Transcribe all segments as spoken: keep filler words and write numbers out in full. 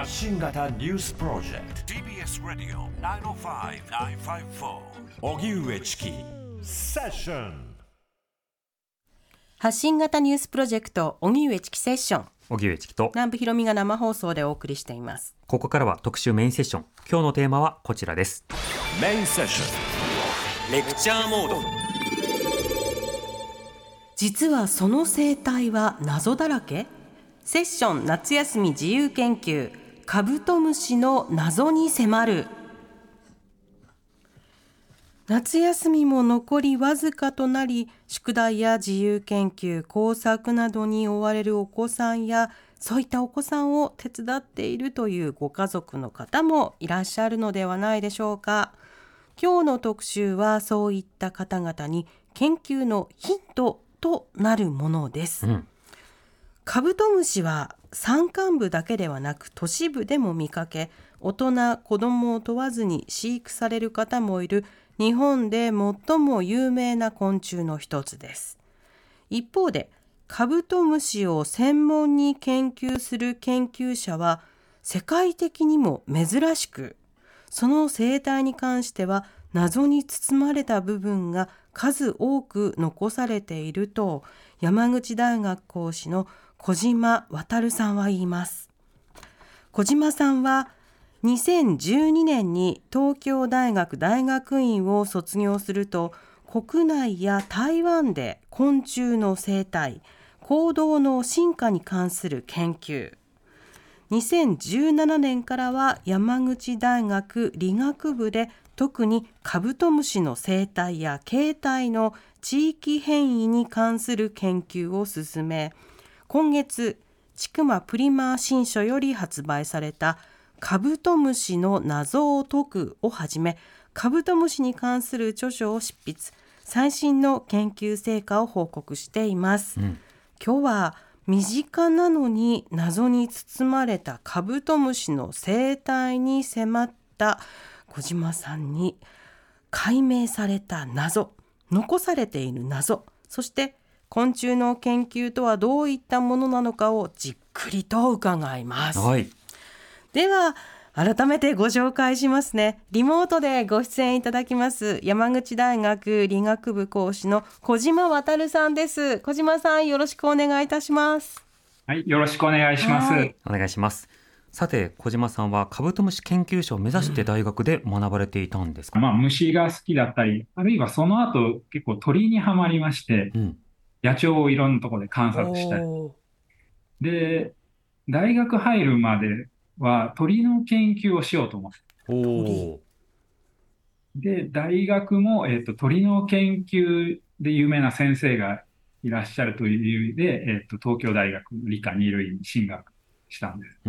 発信型ニュースプロジェクト ティービーエス ラディオきゅうまるご、きゅうごよん荻上チキセッション。 発信型ニュースプロジェクト荻上チキセッション、 荻上チキと南部ひろみが生放送でお送りしています。 ここからは特集メインセッション。今日のテーマはこちらです。 メインセッションレクチャーモード。 実はその生態は謎だらけ。セッション夏休み自由研究、カブトムシの謎に迫る。夏休みも残りわずかとなり、宿題や自由研究、工作などに追われるお子さんや、そういったお子さんを手伝っているというご家族の方もいらっしゃるのではないでしょうか。今日の特集はそういった方々に研究のヒントとなるものです。うん、カブトムシは山間部だけではなく都市部でも見かけ、大人子供を問わずに飼育される方もいる日本で最も有名な昆虫の一つです。一方でカブトムシを専門に研究する研究者は世界的にも珍しく、その生態に関しては謎に包まれた部分が数多く残されていると山口大学講師の小島渉さんは言います。小島さんはにせんじゅうにねんに東京大学大学院を卒業すると、国内や台湾で昆虫の生態、行動の進化に関する研究、にせんじゅうななねんからは山口大学理学部で特にカブトムシの生態や形態の地域変異に関する研究を進め、今月千曲プリマー新書より発売されたカブトムシの謎を解くをはじめ、カブトムシに関する著書を執筆、最新の研究成果を報告しています。うん、今日は身近なのに謎に包まれたカブトムシの生態に迫った小島さんに、解明された謎、残されている謎、そして昆虫の研究とはどういったものなのかをじっくりと伺います。 はい、 では改めてご紹介しますね。リモートでご出演いただきます山口大学理学部講師の小島渉さんです。小島さん、よろしくお願いいたします。 はい、よろしくお願いします。 お願いします。さて、小島さんはカブトムシ研究者を目指して大学で学ばれていたんですか？ まあ、虫が好きだったり、あるいはその後結構鳥にはまりまして、うん、野鳥をいろんなところで観察したり。で、大学入るまでは鳥の研究をしようと思って。 鳥で、大学も、えーと、鳥の研究で有名な先生がいらっしゃるという意味で、えーと、東京大学理科二類に進学したんです。 うん。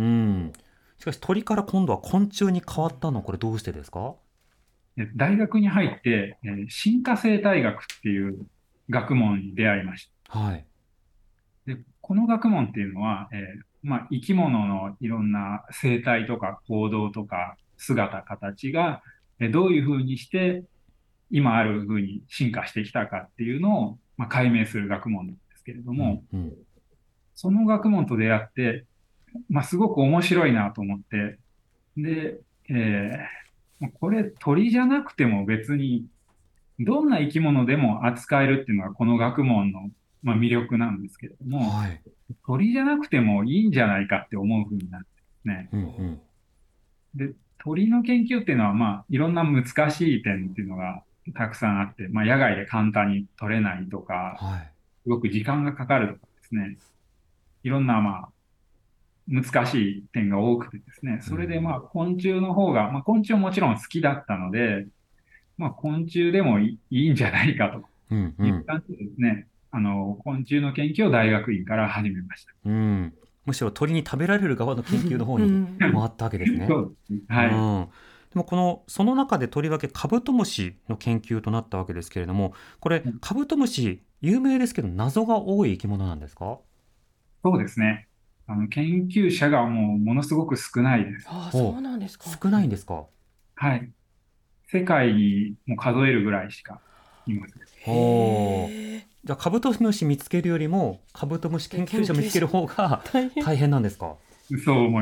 しかし鳥から今度は昆虫に変わったのはこれどうしてですか？ 大学に入って、えー、進化生態学っていう学問に出会いました。 はい。 で、この学問っていうのは、えーまあ、生き物のいろんな生態とか行動とか姿、形が、えー、どういうふうにして今あるふうに進化してきたかっていうのを、まあ、解明する学問なんですけれども、うんうん、その学問と出会って、まあ、すごく面白いなと思って、で、えー、これ鳥じゃなくても別にどんな生き物でも扱えるっていうのがこの学問の、まあ、魅力なんですけれども、はい、鳥じゃなくてもいいんじゃないかって思うふうになってですね、うんうん、で、鳥の研究っていうのは、まあ、いろんな難しい点っていうのがたくさんあって、まあ、野外で簡単に取れないとか、はい、すごく時間がかかるとかですね、いろんな、まあ、難しい点が多くてですね、それでまあ、昆虫の方が、まあ、昆虫もちろん好きだったので、まあ、昆虫でもいいんじゃないかという感じでですね、うんうん、あの、昆虫の研究を大学院から始めました。 うん、むしろ鳥に食べられる側の研究の方に回ったわけですね。 そうですね。はい。うん、 でもこの、その中でとりわけカブトムシの研究となったわけですけれども、これ、カブトムシ、有名ですけど、謎が多い生き物なんですか？ そうですね。あの、研究者がもうものすごく少ないです。 ああ、そうなんですか。 少ないんですか？ はい。世界にも数えるぐらいしかいません。 へー。じゃあカブトムシ見つけるよりもカブトムシ研究者見つける方が大変なんですか？ そう思います。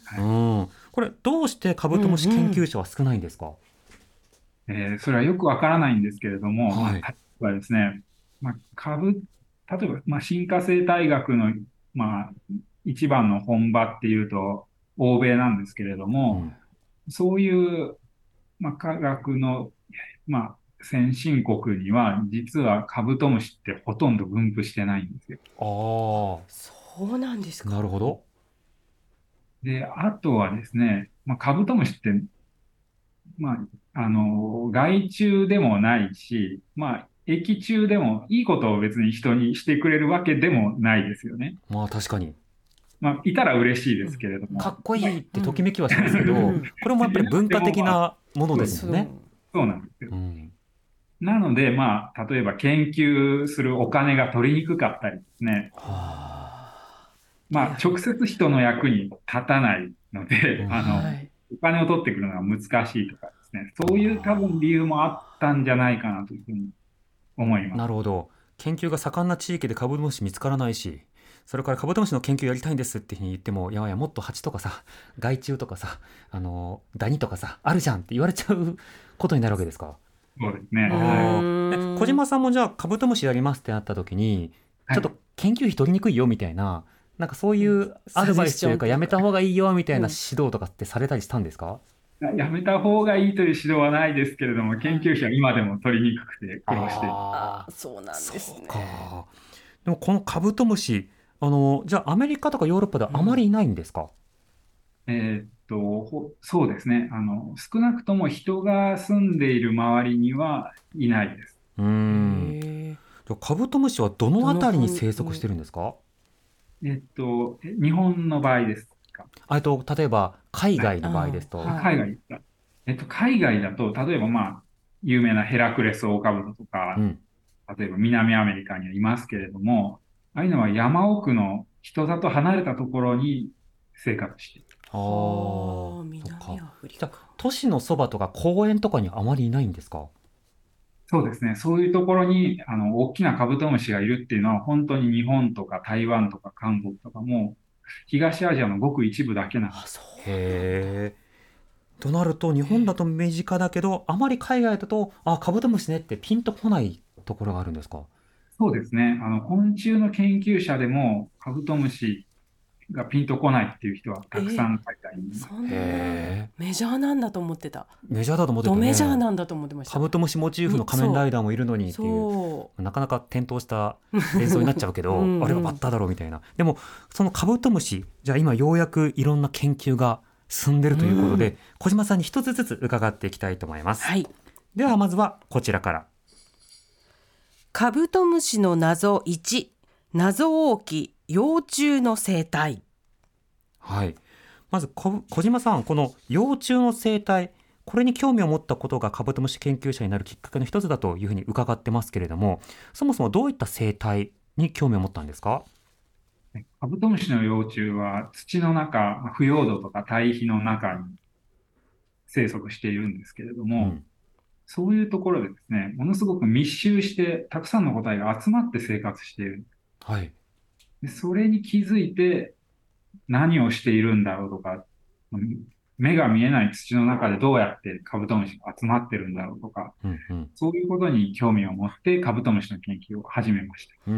うん、これどうしてカブトムシ研究者は少ないんですか？ えーそれはよくわからないんですけれども、まあ、 はい。 例えばですね、まあ、株、例えば、まあ、進化生態学の、まあ、一番の本場っていうと、欧米なんですけれども、 うん。 そういう、まあ、科学の、まあ、先進国には、実はカブトムシってほとんど分布してないんですよ。 あそうなんですあ、なか。 るほど。 で、あとはですね、まあ、カブトムシって、まあ、あの、害虫でもないし、まあ、益虫でもいいことを別に人にしてくれるわけでもないですよね。 まあ確かに。 まあ、いたら嬉しいですうんけれども、 かっこまあ、 いいってときうんめきはしますけど、 うん。 これもやっぱり文化でも、まあ、 的なものそうです。 ですもんね。 そう。 そうなんですよ。 うん。 なので、まあ、例えば研究するお金が取りにくかったりですね。 はあ。 ああ、リまあ、直アル。 接人の役に立たないので、 うん。 あの、 はい。 お金を取ってくるのが難しいとかですね。そういう多分理あ由もあったんじゃないかなというふうに思いあ、 ます。 なるほど。研究が盛んな地域でカブトムシ見つからないし、それからカブトムシの研究やりたいんですっていうふうに言っても、いやいや、もっと蜂とかさ、害虫とかさ、あの、ダニとかさ、あるじゃんって言われちゃうことになるわけですか。 そうですね。 うはい。 ああ。え、小ーん。 島さんもじゃあカブトムシやりますってなった時に、 はい。 ちょっと研究費取りにくいよみたいな、なんかそういうんうアドサジェスバイスというか、 ションというか。 やめた方がいいよみたいなうん。 指導とかってされたりしたんですか？ やめた方がいいという指導はないですけれども、研はい。 究者は今でも取りにくくて苦労している。 ああ、 ああ、そうなんそですうね。 か。でもこのカブトムシ、あの、じゃあアメリカとかヨーロッパではうん。 あまりいないんですか？ えーっと、ほそうですね。あの、少なくとも人が住んでいる周りにはいないです。 うーへん。 え。 じゃあカブトムシはどのどのあたりに辺生息してに。 るんですか？ えーっと、え日本の場合ですか？ あえっと、例えば海はい。 外の場合でああ、 すと。 あ、 はい。 海外ですか？えっと、海外だと、例えばまあ、有名なヘラクレスオオカブトとか、 うん。 例えば南アメリカにはいますけれども、ああいうのは山奥の人里離れたところに生活している。 ああ、 はあ、 そっか。 南アフリじゃあ、 カ。 都市のそばとか公園とかにはあまりいないんですか？ そうですね。そういうところに、あの、大きなカブトムシがいるっていうのは、本当に日本とか台湾とか韓国とかも、東アジアのごく一部だけなんあ、 です。 そうなんだ。 へえ。となると、日本だと身近だけど、あまり海外だと、あ、カブトムシねってピンとこないところがあるんですか？ そうですね。あの、昆虫の研究者でも、カブトムシがピンとこないっていう人はたくさえー、 ん海外にいます。 そんなへえ。 メジャーなんだと思ってた。 メジャーだと思ってドメジャーたね。 なんだと思ってました。 カブトムシモチーフのに、 仮面ライそダーもいるのにう、 っていう、 そなかなか転倒した映像になっちゃうけう。うど、あれはバッんうん。 ターだろうみたいな。でも、そのカブトムシ、じゃあ今ようやくいろんな研究が進んでるうということで、 ん。 小島さんに一つずつ伺っていきたいと思います。 はい。 ではまずはこちらから。 カブトムシの謎いち、謎多き幼虫の生態。 はい。まずこ小島さん、この幼虫の生態、これに興味を持ったことがカブトムシ研究者になるきっかけの一つだというふうに伺ってますけれども、そもそもどういった生態に興味を持ったんですか？ カブトムシの幼虫は土の中、まあ腐葉土とか堆肥の中に生息しているんですけれども、 うん。 そういうところでですね、ものすごく密集して、たくさんの個体が集まって生活している。 はい。 で、それに気づいて何をしているんだろうとか、目が見えない土の中でどうやってカブトムシが集まってるんだろうとか、 うんうん。 そういうことに興味を持ってカブトムシの研究を始めましうん。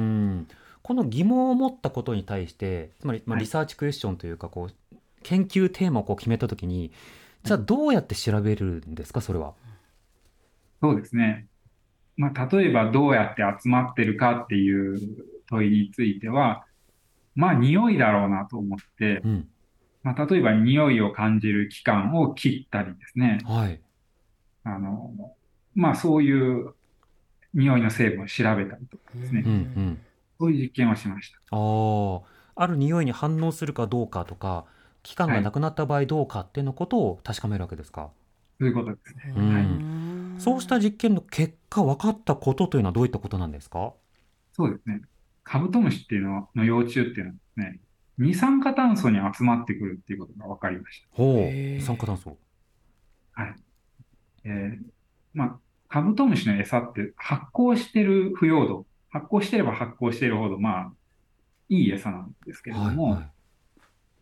この疑問を持ったことに対して、つまり、また。 あ、 はい。 リサーチクエスチョンというか、こう、研究テーマをこう決めたときに、じゃあはい。 どうやって調べるんですか、それは。 そうですね。まあ、例えばどうやって集まってるかっていう問いについては、まあ、匂いだろうなと思って、 うん。 まあ、例えば匂いを感じる器官を切ったりですね。 はい。 あの、まあ、そういう匂いの成分を調べたりとかうですね。 うんうん。 ん。 そういう実験をしましああ、ある匂いに反応するかどうかとか、期間た。はい。 がなくなった場合どうかっていうのことを確かめるわけですか。 そういうことですうね。 うはい。 ん。そうしたん。 実験の結果、分かったことというのはどういったことなんですか？ そうですね。カブトムシっていうのは、の幼虫っていうのはですね、二酸化炭素に集まってくるっていうことが分かりましほう、二酸化へえ。 炭素。 た。はい。えーまあ、カブトムシの餌って発酵してる腐葉土、発酵してれば発酵しているほど、まあ、いい餌なんですけれども、 はいはい。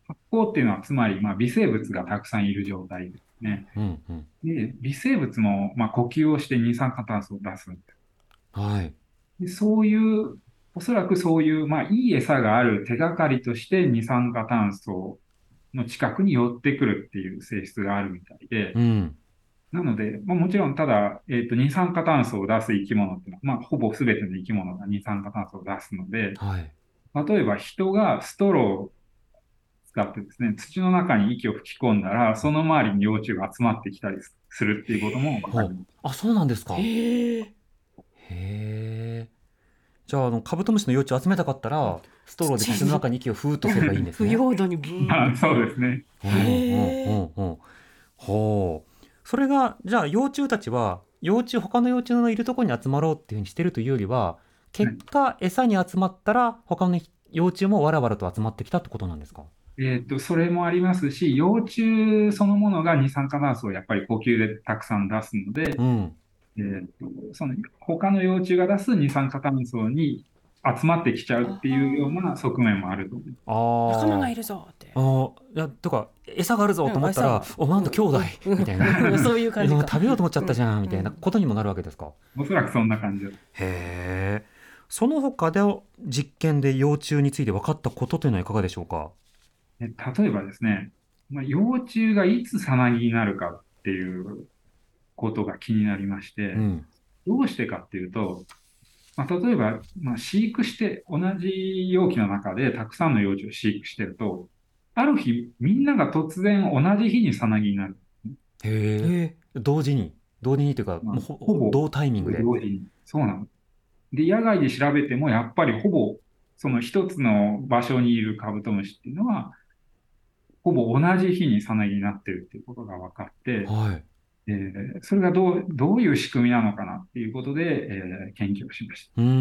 発酵っていうのは、つまり、まあ、微生物がたくさんいる状態ですね。 うんうん。 で、微生物も、まあ、呼吸をして二酸化炭素を出すんです。 はい。 で、そういう、おそらくそういう、まあ、いい餌がある手がかりとして二酸化炭素の近くに寄ってくるっていう性質があるみたいで、 うん。 なので、まあ、もちろん、ただ、えっと、二酸化炭素を出す生き物っていうのは、まあ、ほぼ全ての生き物が二酸化炭素を出すので、 はい。 例えば人がストローを使ってですね、土の中に息を吹き込んだら、その周りに幼虫が集まってきたりするっていうこともわかほう。 ります。 あ、そうなんですか。へへえ。 え。じゃあ、あの、カブトムシの幼虫を集めたかったら、ストローで土の中に息をふーっとすればいいんです腐ね。 葉土にブーまあ、 って。 そうですね。 うんうんへえ。 うんうん。ほう。それが、じゃあ幼虫たちは、幼虫、他の幼虫のいるところに集まろうっていうふうにしてるというよりは、結果、餌に集まったら、他の幼虫もわらわらと集まってきたってことなんですか？ えっと、それもありますし、幼虫そのものが二酸化炭素をやっぱり呼吸でたくさん出すので、 うん。 えっと、その他の幼虫が出す二酸化炭素に集まってきちゃうっていうような側面もあると思います。 仲間がいあるぞって。 あ。ああ。いや、とか、餌があるぞと思ったら、 うん餌がお、なんだ兄弟うんうんみたいな。 そういう感じうんか。 食べようと思っちゃったじゃん、みたいなうんことにもなるわけですか？ おそらくそんな感じです。 へえ。その他で実験で幼虫について分かったことというのはいかがでしょうか？ え例えばですね、まあ、幼虫がいつさなぎになるかっていうことが気になりまして、 うん。 どうしてかっていうと、まあ、例えば、まあ、飼育して、同じ容器の中でたくさんの幼虫を飼育してると、ある日、みんなが突然同じ日にさなぎになる。 へえ。 へえ。 同時に、同時にというか、 まあ、 もうほほぼ同タイミングで。 同時に。そうなの。で、野外で調べても、やっぱりほぼ、その一つの場所にいるカブトムシっていうのは、ほぼ同じ日にさなぎになってるっていうことが分かって、 はい。 えーそれがどう、どういう仕組みなのかなっていうことで、えー研究をしましうん。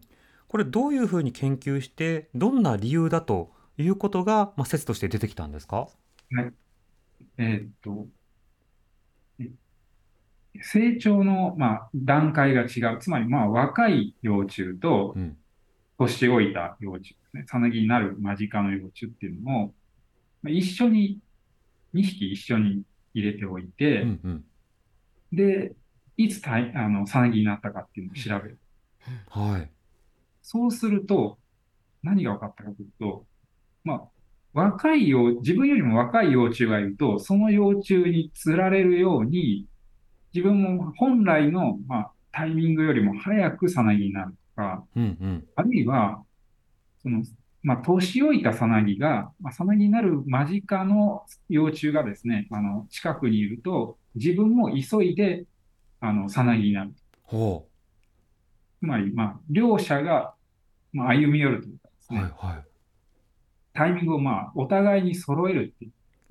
これどういうふうに研究して、どんな理由だということが、まあ、説として出てきたんですか？ た。はい。えーっと、成長の、まあ、段階が違う。つまり、まあ、若い幼虫とうん。 年老いた幼虫ですね。さなぎになる間近の幼虫っていうのを、まあ、一緒に、にひき一緒に入れておいて、 うんうん。 で、いつたい、あの、さなぎになったかっていうのを調べる。 はい。 そうすると、何が分かったかというと、まあ、若い幼、自分よりも若い幼虫がいると、その幼虫に釣られるように、自分も本来の、まあ、タイミングよりも早くさなぎになるとか、 うんうん。 あるいは、その、まあ、年老いたさなぎが、まあ、さなぎになる間近の幼虫がですね、あの、近くにいると、自分も急いで、あの、さなぎになる。 ほつまり、まあ、両者が、まあ、歩み寄るというかですう。はいね、 はい。 タイミングを、まあ、お互いに揃えるっていう、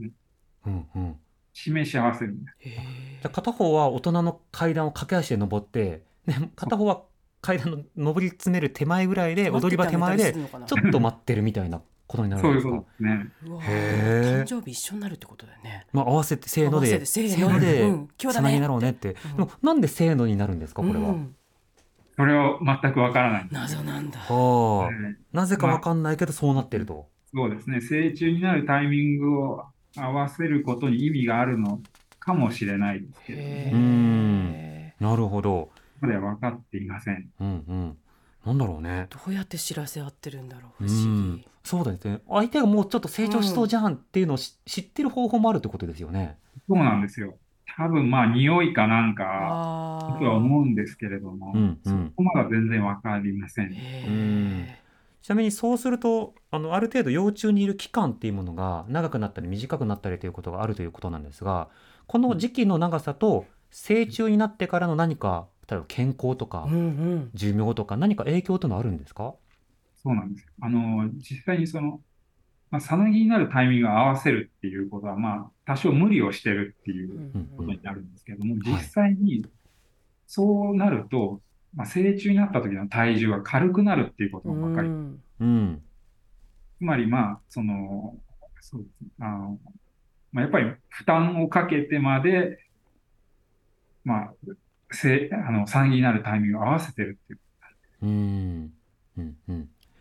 ね、 うんうん。 示し合わせるんです。 へじゃあえ。 片方は大人の階段を駆け足で登って、ね、片方は階段の上り詰める手前ぐらいで、踊り場手前で、ちょっと待ってるみたいなことになるんですか？ そういうことですね。 うわへーー誕生日一緒になるってことだよね。 まあ、合わせて、せーの合わせで、 てせーのーので、 うん今日だねさなぎになろうねって。 うんでも、なんでせーのになるんですか、これは。 うんそれは全くわからないんですね。 謎なんだ。 はあ。 ええなぜかまあ、 わかんないけど、そうなってると。 そうですね。成虫になるタイミングを合わせることに意味があるのかもしれないですけれどうーも、 ん。 へえ。 なるほど。 まだ分かっていません。 うんうん。なんだろうね。 どうやって知らせ合ってるんだろう。 う不思ん議。。 そうだですね。相手がもうちょっと成長しそうじゃんっていうのをし知ってる方法もあるってことですよね。 そうなんですよ。多分まあ、匂いかなんか、とはあ思うんですけれども、 うんうそん。 こまだ全然分かりませあ。 ん。 うんへちなみにそうすると、あの、ある程度幼虫にいる期間っていうものが長くなったり短くなったりということがあるということなんですが、この時期の長さと成虫になってからの何か、例えば健康とかえ。うんうん。 寿命とか何か影響というのはあるんですか？ そうなんですよ。あの、実際にその、まあ、さなぎになるタイミングを合わせるっていうことは、まあ、多少無理をしてるっていううんうんうん。 ことになるんですけども、実はい。 際にそうなると、まあ、成虫になった時の体重は軽くなるっていうことうも分かり、 ん。 うん。 つまりまあ、その、そうですね、あの、まあ、やっぱり負担をかけてまで、まあ、せ、あの、さなぎになるタイミングを合わせてるっていう。 うん。うんうん。で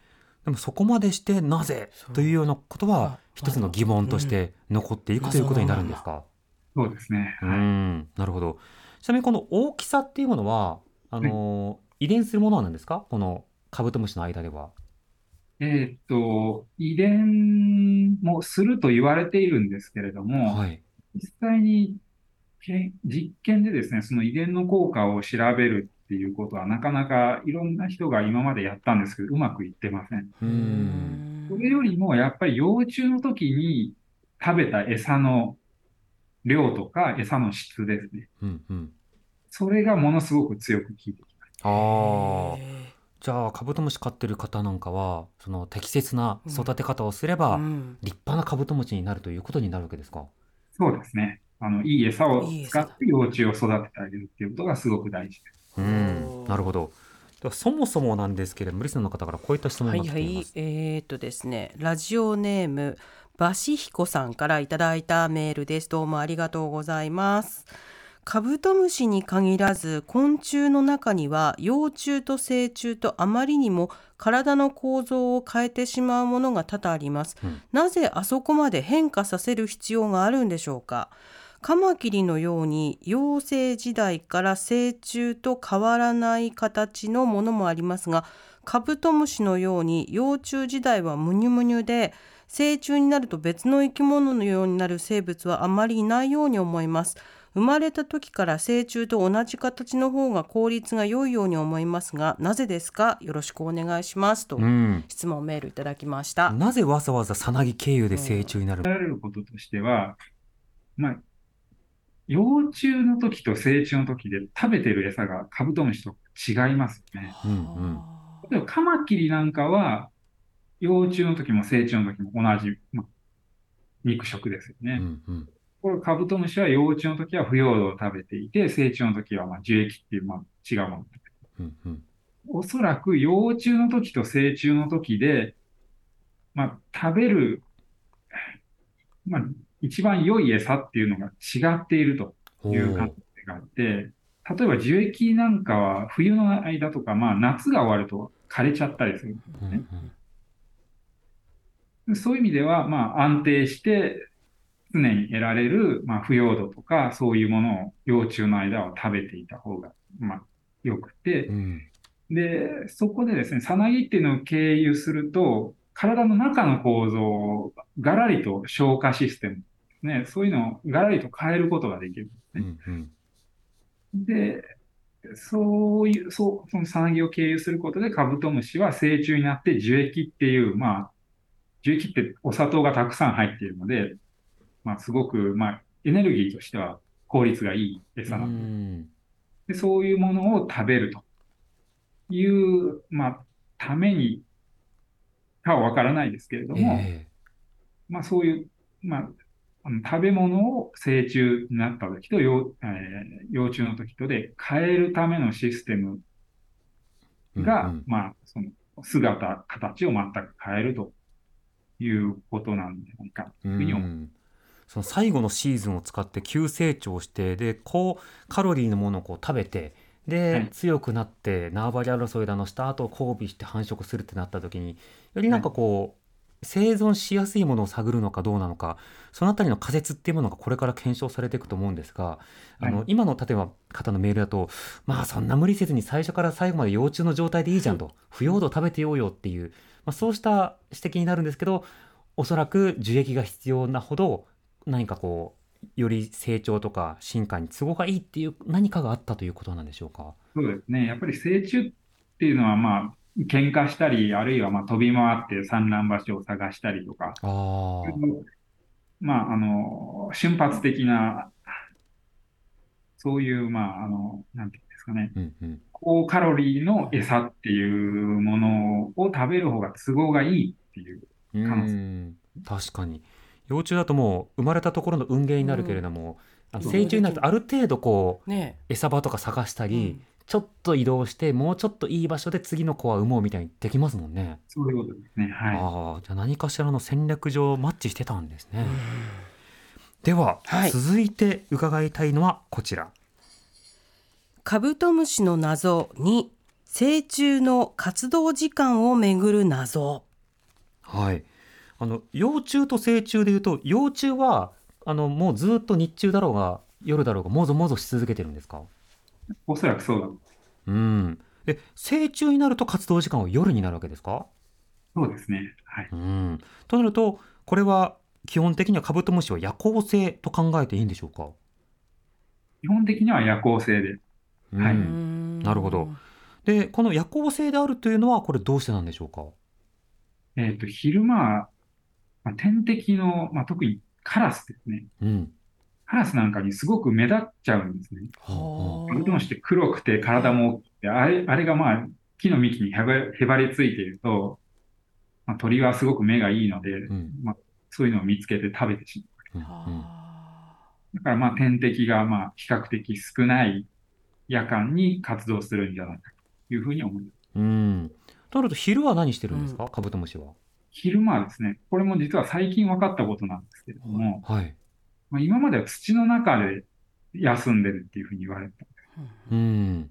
でもそこまでしてなぜというようなことはあ一つの疑問として残っていくということになるんですか。 そうですね。 うはい。 ん、なるほど。ちなみにこの大きさっていうものはあの、遺伝するものなんですか、このカブトムシの間では。 えーっと、遺伝もすると言われているんですけれども、 はい。 実際にけ実験でですね、その遺伝の効果を調べるっていうことは、なかなかいろんな人が今までやったんですけど、うまくいってません。 ううーん。 それんよりも、やっぱり幼虫の時に食べた餌の量とか餌の質ですね。 うんうん。 それがものすごく強く効いてきます。 ああ。 へじゃあカブトムシ飼ってる方なんかはその適切なー育て方をすれうばん、 立派なカブトムシになるということになるわけですか。 そうですね。あの、いい餌を使っいい餌だ。 て幼虫を育ててあげるっていうことがすごく大事です。 うん、なるほど。ではそもそもなんですけれども、リスナーの方からこういった質問はいはい、 が来ています。 えー、っとですね、ラジオネームバシヒコさんからいただいたメールです。どうもありがとうございます。カブトムシに限らず昆虫の中には幼虫と成虫とあまりにも体の構造を変えてしまうものが多々あります。 うん、 なぜあそこまで変化させる必要があるんでしょうか。カマキリのように幼生時代から成虫と変わらない形のものもありますが、カブトムシのように幼虫時代はムニュムニュで成虫になると別の生き物のようになる生物はあまりいないように思います。生まれた時から成虫と同じ形の方が効率が良いように思いますが、なぜですか。よろしくお願いしますとうん、 質問メールいただきました。 なぜわざわざさなぎ経由で成虫になる。 考えられることとしては、まあ、幼虫の時と成虫の時で食べてる餌がカブトムシと違いますよね。 うんうん。 例えばカマキリなんかは幼虫の時も成虫の時も同じ、まあ、肉食ですようね。 んうん。 これカブトムシは幼虫の時は腐葉土を食べていて、成虫の時はまあ樹液っていう、まあ、違うもの。 うんうん。 おそらく幼虫の時と成虫の時で、まあ、食べる、まあ、一番良い餌っていうのが違っているとおいう可能お。 性があって、例えば樹液なんかは冬の間とか、まあ、夏が終わると枯れちゃったりするんですうんうね。 ん。 そういう意味では、まあ、安定して常に得られる、まあ、腐葉土とか、そういうものを幼虫の間は食べていた方が、まあ、良くて、 うん。 で、そこでですね、さなぎっていうのを経由すると、体の中の構造をガラリと消化システムですね、そういうのをガラリと変えることができるんですうね。 んうん。 で、そういう、そう、そのさなぎを経由することでカブトムシは成虫になって樹液っていう、まあ、樹液ってお砂糖がたくさん入っているので、まあ、すごく、まあ、エネルギーとしては効率がいいう餌なんです。 ん。 で、そういうものを食べるという、まあ、ためにかはわからないですけれどえも、 え。 まあ、そういう、まあ、あの食べ物を成虫になった時と幼、えー幼虫の時とで変えるためのシステムが、 うんうん。 まあ、その姿、形を全く変えるということなんじゃないかとういうふうに思う。 ん。その最後のシーズンを使って急成長して、で高カロリーのものをこう食べて、ではい。 強くなって縄張り争いだのした後交尾して繁殖するってなった時によりなんかはい。 こう生存しやすいものを探るのかどうなのか、そのあたりの仮説っていうものがこれから検証されていくと思うんですが、あはい。 の今の例えば方のメールだと、まあそんな無理せずに最初から最後まで幼虫の状態でいいじゃんと、腐葉土食べてようよっていう、まあ、そうした指摘になるんですけど、おそらく樹液が必要なほど何かこうより成長とか進化に都合がいいっていう何かがあったということなんでしょうか。 そうですね。やっぱり成虫っていうのは、まあ、喧嘩したり、あるいはまあ飛び回って産卵場所を探したりとか、 ああ、 まあ、あの、瞬発的な、そういう、まあ、あの、なんていうんですかね、 うんうん。 高カロリーの餌っていうものを食べる方が都合がいいっていううー可能性。 ん、確かに。幼虫だともう生まれたところの運ゲーになるけれうん、 ども、あのいそう、 成虫になるとある程度こうね餌場とか探したえ、うり、 ん、 ちょっと移動してもうちょっといい場所で次の子は産もうみたいにできますもんね。 そういうことですね。はい。 ああ、じゃあ何かしらの戦略上マッチしてたんですね。 うん、 では、 はい。 続いて伺いたいのはこちら。 カブトムシの謎に成虫の活動時間をめぐる謎。 はい。あの幼虫と成虫でいうと、幼虫はあのもうずっと日中だろうが夜だろうがもぞもぞし続けてるんですか？ おそらくそうだ。 うん。で、成虫になると活動時間は夜になるわけですか？ そうですね。はい。 うん。となると、これは基本的にはカブトムシは夜行性と考えていいんでしょうか？ 基本的には夜行性で。はい。 うん。なるほど。で、この夜行性であるというのはこれどうしてなんでしょうか？ えっと、昼間は、まあ、天敵の、まあ、特にカラスですね。 うん。 カラスなんかにすごく目立っちゃうんですね。 はあはカブトムシって黒くて体も大きくて、あれ、あれがまあ、木の幹にへばへばりついていると、まあ、鳥はすごく目がいいので、 うん。 まあ、そういうのを見つけて食べてしうん。うん。 はまう。だからまあ、天敵がまあ、比較的少ない夜間に活動するんじゃないかというふうに思います。 うん。となると昼は何してあ。うん。 るんですか、カブトムシは？ 昼間はですね、これも実は最近分かったことなんですけれども、 はい。 まあ、今までは土の中で休んでるっていうふうに言われてた。 うん。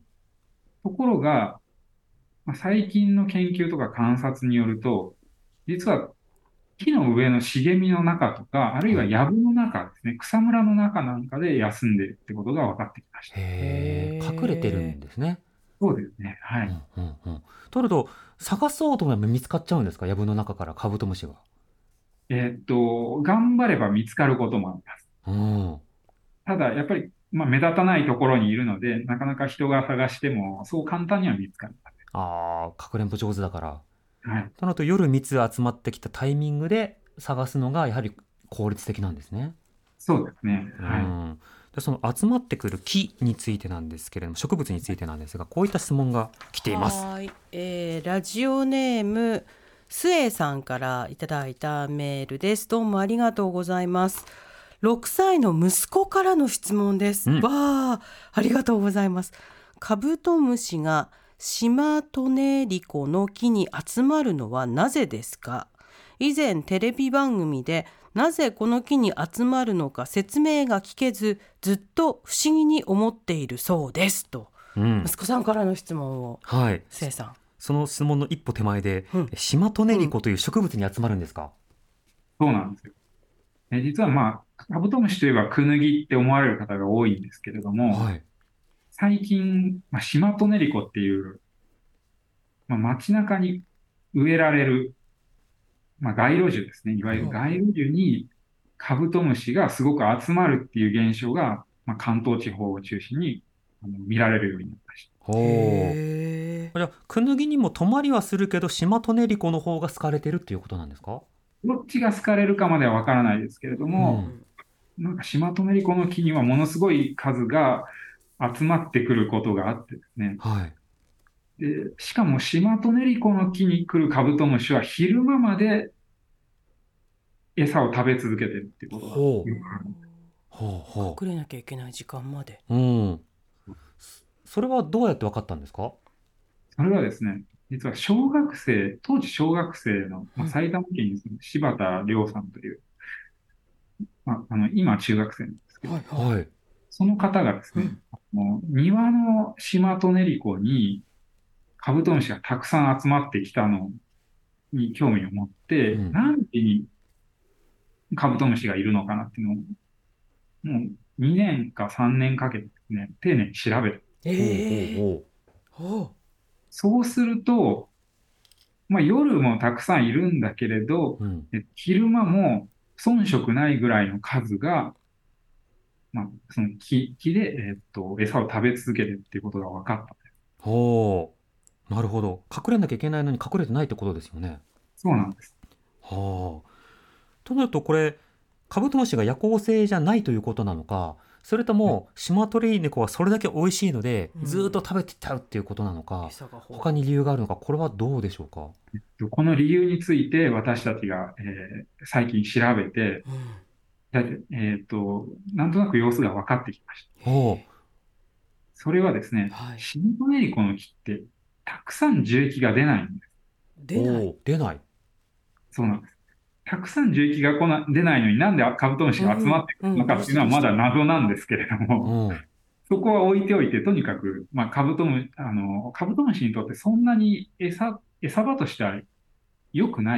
ところが、まあ、最近の研究とか観察によると、実は木の上の茂みの中とか、あるいははい。 藪の中ですね、草むらの中なんかで休んでるってことが分かってきました。 へえ、隠れてるんへえ。 ですね。 そうですね。はうい。 んうんうん。となると、探そうと思えば見つかっちゃうんですか、藪の中からカブトムシが？ えーっと、頑張れば見つかることもあります。 うん。 ただ、やっぱり、まあ、目立たないところにいるので、なかなか人が探しても、そう簡単には見つかりまああ、かくれんぼ上手だから。 せん。はい。 となると夜密集まってきたタイミングで探すのがやはり効率的なんですね。 そうですね。 うはい。 ん。で、その集まってくる木についてなんですけれども、植物についてなんですが、こういった質問が来ています。 はい、えーラジオネームスエさんからいただいたメールです。どうもありがとうございます。ろくさいの息子からの質問です。 うん。 わあ、ありがとうございます。カブトムシがシマトネリコの木に集まるのはなぜですか？以前テレビ番組でなぜこの木に集まるのか説明が聞けず、ずっと不思議に思っているそうですと、 うん。 息子さんからの質問をはい。 せいさん。 その質問の一歩手前で、 うんシマトネリコという植物に集まるんですか？ そうなんですよ。え実はまあ、カブトムシといえばクヌギって思われる方が多いんですけれども、 はい。 最近、まあ、シマトネリコっていう、まあ、街中に植えられる、まあ、街路樹ですね。いわゆるうん。 街路樹にカブトムシがすごく集まるっていう現象が、まあ、関東地方を中心にあの見られるようになりました。 ほう。 へえ。 じゃあ、クヌギにも止まりはするけど、シマトネリコの方が好かれてるっていうことなんですか？ どっちが好かれるかまではわからないですけれどうも、 ん。 なんかシマトネリコの木にはものすごい数が集まってくることがあってですね。 はい。 で、しかもシマトネリコの木に来るカブトムシは昼間まで餌を食べ続けてるっていうことがほう。 よくある。 ほうほ隠れなきゃいけない時間まで。 う。うん。それはどうやって分かったんですか？ それはですね、実は小学生、当時小学生の、まあ、 うん。 埼玉県に住む柴田亮さんという、まあ、あの、今は中学生なんですけど、 はいはい。 はい。 その方がですね、 うん。 あの庭のシマトネリコにカブトムシがたくさん集まってきたのに興味を持って、 うん。 なんでにカブトムシがいるのかなっていうのを、もうにねんかさんねんかけてですね、丁寧に調べる。 ええ。 ほうほそうすると、まあ、夜もたくさんいるんだけれど、 ほう。うん。 え昼間も遜色ないぐらいの数が、まあ、その木、木で、えっと、餌を食べ続けるっていうことが分かった。 ほう。なるほど。隠れなきゃいけないのに隠れてないってことですよね。 そうなんです。 はあ。となるとこれ、カブトムシが夜行性じゃないということなのか、それともシマトネリコはそれだけ美味しいので、 うんずーっと食べてちゃうっていうことなのう。 か、 餌が豊他に理由があるのか、これはどうでしょうか？ この理由について私たちが、えー最近調べて、 富。うん。 だいたいえっと、なんとなく様子が分かってきました。 ほう。 それはですね、 はい。 シマトネリコの木ってたくさん樹液が出ないんです。 出ない。 ほう。出ない。 そうなんです。たくさん樹液が来な出ないのになんでカブトムシが集まってくるのうん。どうかっていうのはしてどうして。 まだ謎なんですけれども、 うん。 そこは置いておいて、とにかく、まあ、カブトム、あの、カブトムシにとってそんなに餌、餌場としては良くないと。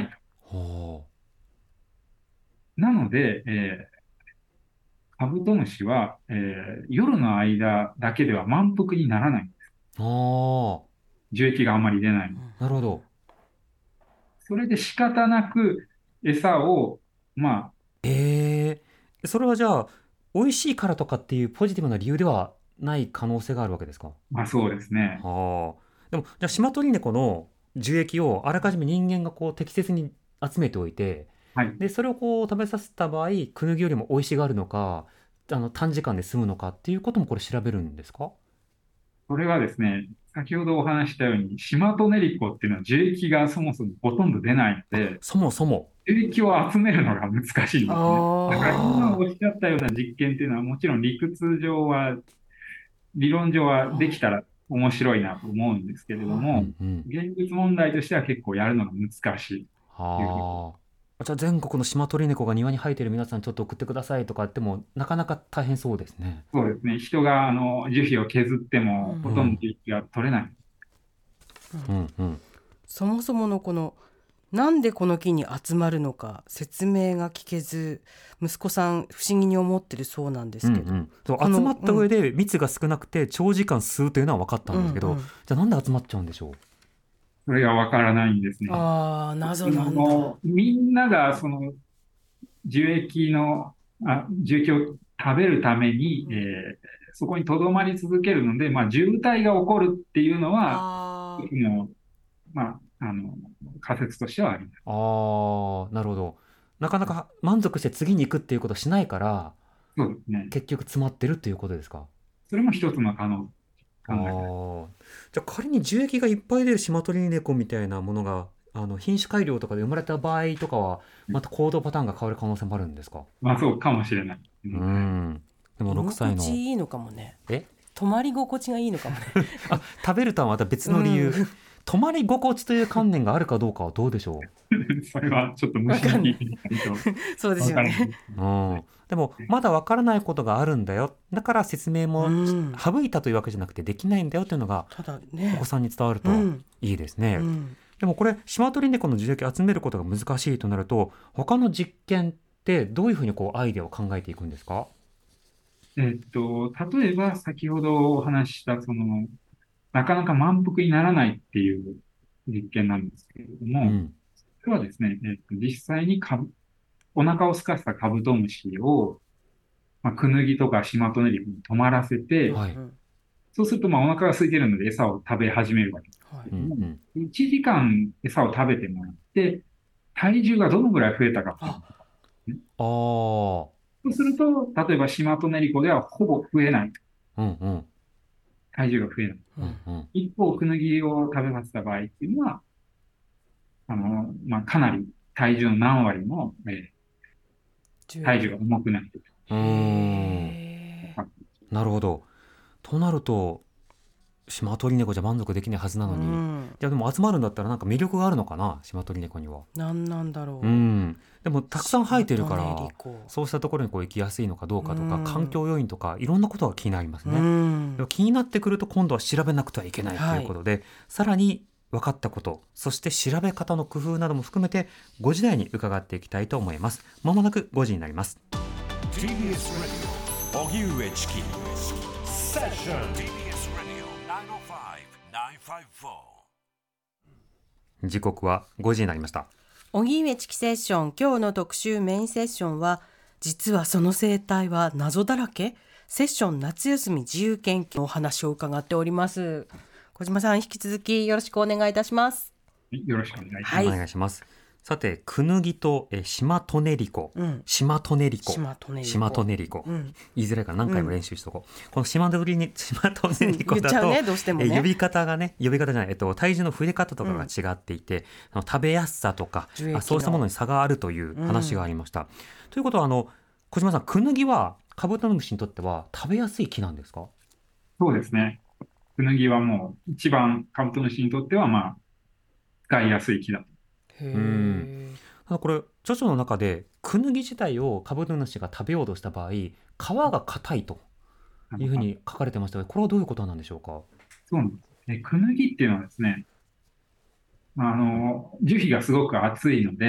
ほなので、えーカブトムシは、えー夜の間だけでは満腹にならない。 う。あ樹液があまり出ない。 あ、なるほど。 それで仕方なく餌を、まええ、それはじゃあ、美味しいからとかっていうポジティブな理由ではない可能性があるわけですか？ あ、まあそうですね。 はあ。でも、じゃあ、シマトリネコの樹液をあらかじめ人間がこう適切に集めておいて、 はい。 で、それをこう食べさせた場合、クヌギよりも美味しがるのか、あの短時間で済むのかっていうこともこれ調べるんですか？ それはですね、先ほどお話ししたように、シマトネリコっていうのは樹液がそもそもほとんど出ないので、 そもそも。 樹液を集めるのが難しいんですね。だから今あおっしゃったような実験っていうのはもちろん理屈上は、理論上はできたら面白いなと思うんですけれどあ。うも、 んうん。 現実問題としては結構やるのが難しいというふうに。 はあ。じゃあ全国のシマトリネコが庭に生えてる皆さんちょっと送ってくださいとか言ってもなかなか大変そうですね。 そうですね。人があの樹皮を削ってもうんほとんど樹液が取れない。 うんうん。 そもそものこのなんでこの木に集まるのか説明が聞けず、息子さん不思議に思ってるそうなんですけど、 うんうん、そうこの集まった上で蜜が少なくて長時間吸うというのは分かったんですけど、 うんうん、 じゃあなんで集まっちゃうんでしょう？ それがわからないんですね。 ああ謎あなんだ。 のみんながその樹液の、あ、樹液を食べるために、えーそこに留まり続けるので、まあ、渋滞が起こるっていうのは、 あもう、まあ、あの、仮説としてはあります。 あー、なるほど。なかなか満足して次に行くっていうことをしないからそうですね。 結局詰まってるっていうことですか？ それも一つの可能、 あ考え方。 ー、じゃあ仮に樹液がいっぱい出るシマトリネコみたいなものがあの品種改良とかで生まれた場合とかはまた行動パターンが変わる可能性もあるんですか？ まあ、そうかもしれない。ううんん。でも居ろくさいの心地いいのかもね。 え泊まり心地がいいのかもね。 あ、食べるとはまた別の理由、 うん泊まり心地という観念があるかどうかはどうでしょそれはちょっと虫に聞いてみないとそうですよね。 わからない。 う？うん、でもまだわからないことがあるんだよ、だから説明もうん省いたというわけじゃなくてできないんだよというのがただおね子。さんに伝わるとうんいいですね。 うんでもこれシマトリネコの樹液集めることが難しいとなると他の実験ってどういうふうにこうアイデアを考えていくんですか？ えっと、例えば先ほどお話しした、その、なかなか満腹にならないっていう実験なんですけれども、 うん、 それはですね、えっと、実際にカブお腹を空かせたカブトムシを、まあ、クヌギとかシマトネリコに止まらせて、 はい、 うんそうすると、まあ、お腹が空いてるので餌を食べ始めるわけですはいけれども、 うんうん、 いちじかん餌を食べてもらって、体重がどのぐらい増えたかっていうのああー、 そうすると、例えばシマトネリコではほぼ増えない。 うんうん体重が増えない。 うんうん、 一方、クヌギを食べさせた場合っていうのは、あの、まあ、かなり体重の何割も、えー体重が重くなっている。 うーん、 へなるほど。となるとシマトリネコじゃ満足できないはずなーのに、いうんやでも集まるんだったらなんか魅力があるのかな、シマトリネコには。 なんなんだろう。 うん、でもたくさん生えてるからシマトネリコそうしたところにこう行きやすいのかどうかとか、 うん環境要因とかいろんなことが気になりますうね。 んでも気になってくると今度は調べなくてはいけないということで、さらに分かったこと、そして調べ方の工夫なども含めてごじ台に伺っていきたいと思います。まもなくごじになります。 ティービーエス ラジオ荻上チキセッション ティービーエス ラジオきゅうまるご きゅうごよん。 時刻はごじになりました。 荻上チキセッション、今日の特集メインセッションは、実はその生態は謎だらけ、セッション夏休み自由研究のお話を伺っております。小島さん、引き続きよろしくお願いいたします。 よろしくお願いします。 はいお願いします。さて、クヌギとえシマトネリコ、 うんシマトネリコ、 シマトネリコシマトネリコ、 うん言いづらいから何回も練習しとこう。このシマトリネシマトネリコだと、 言っちゃうねどうしてもねえ呼び方がね、呼び方じゃない、えっと体重の触れ方とかが違っていて、あの食べやすさとか樹液のあそうしたものに差があるという話がありました。ということはあの小島さん、クヌギはカブトムシにとっては食べやすい木なんですか？ そうですね。クヌギはもう一番カブトムシにとっては、まあ、使いやすい木だと。 へんただこれ著書の中でクヌギ自体をカブトムシが食べようとした場合、皮が硬いというふうに書かれてましたが、これはどういうことなんでしょうか？ そうなんです。で、クヌギっていうのはですね、まああの、樹皮がすごく厚いので、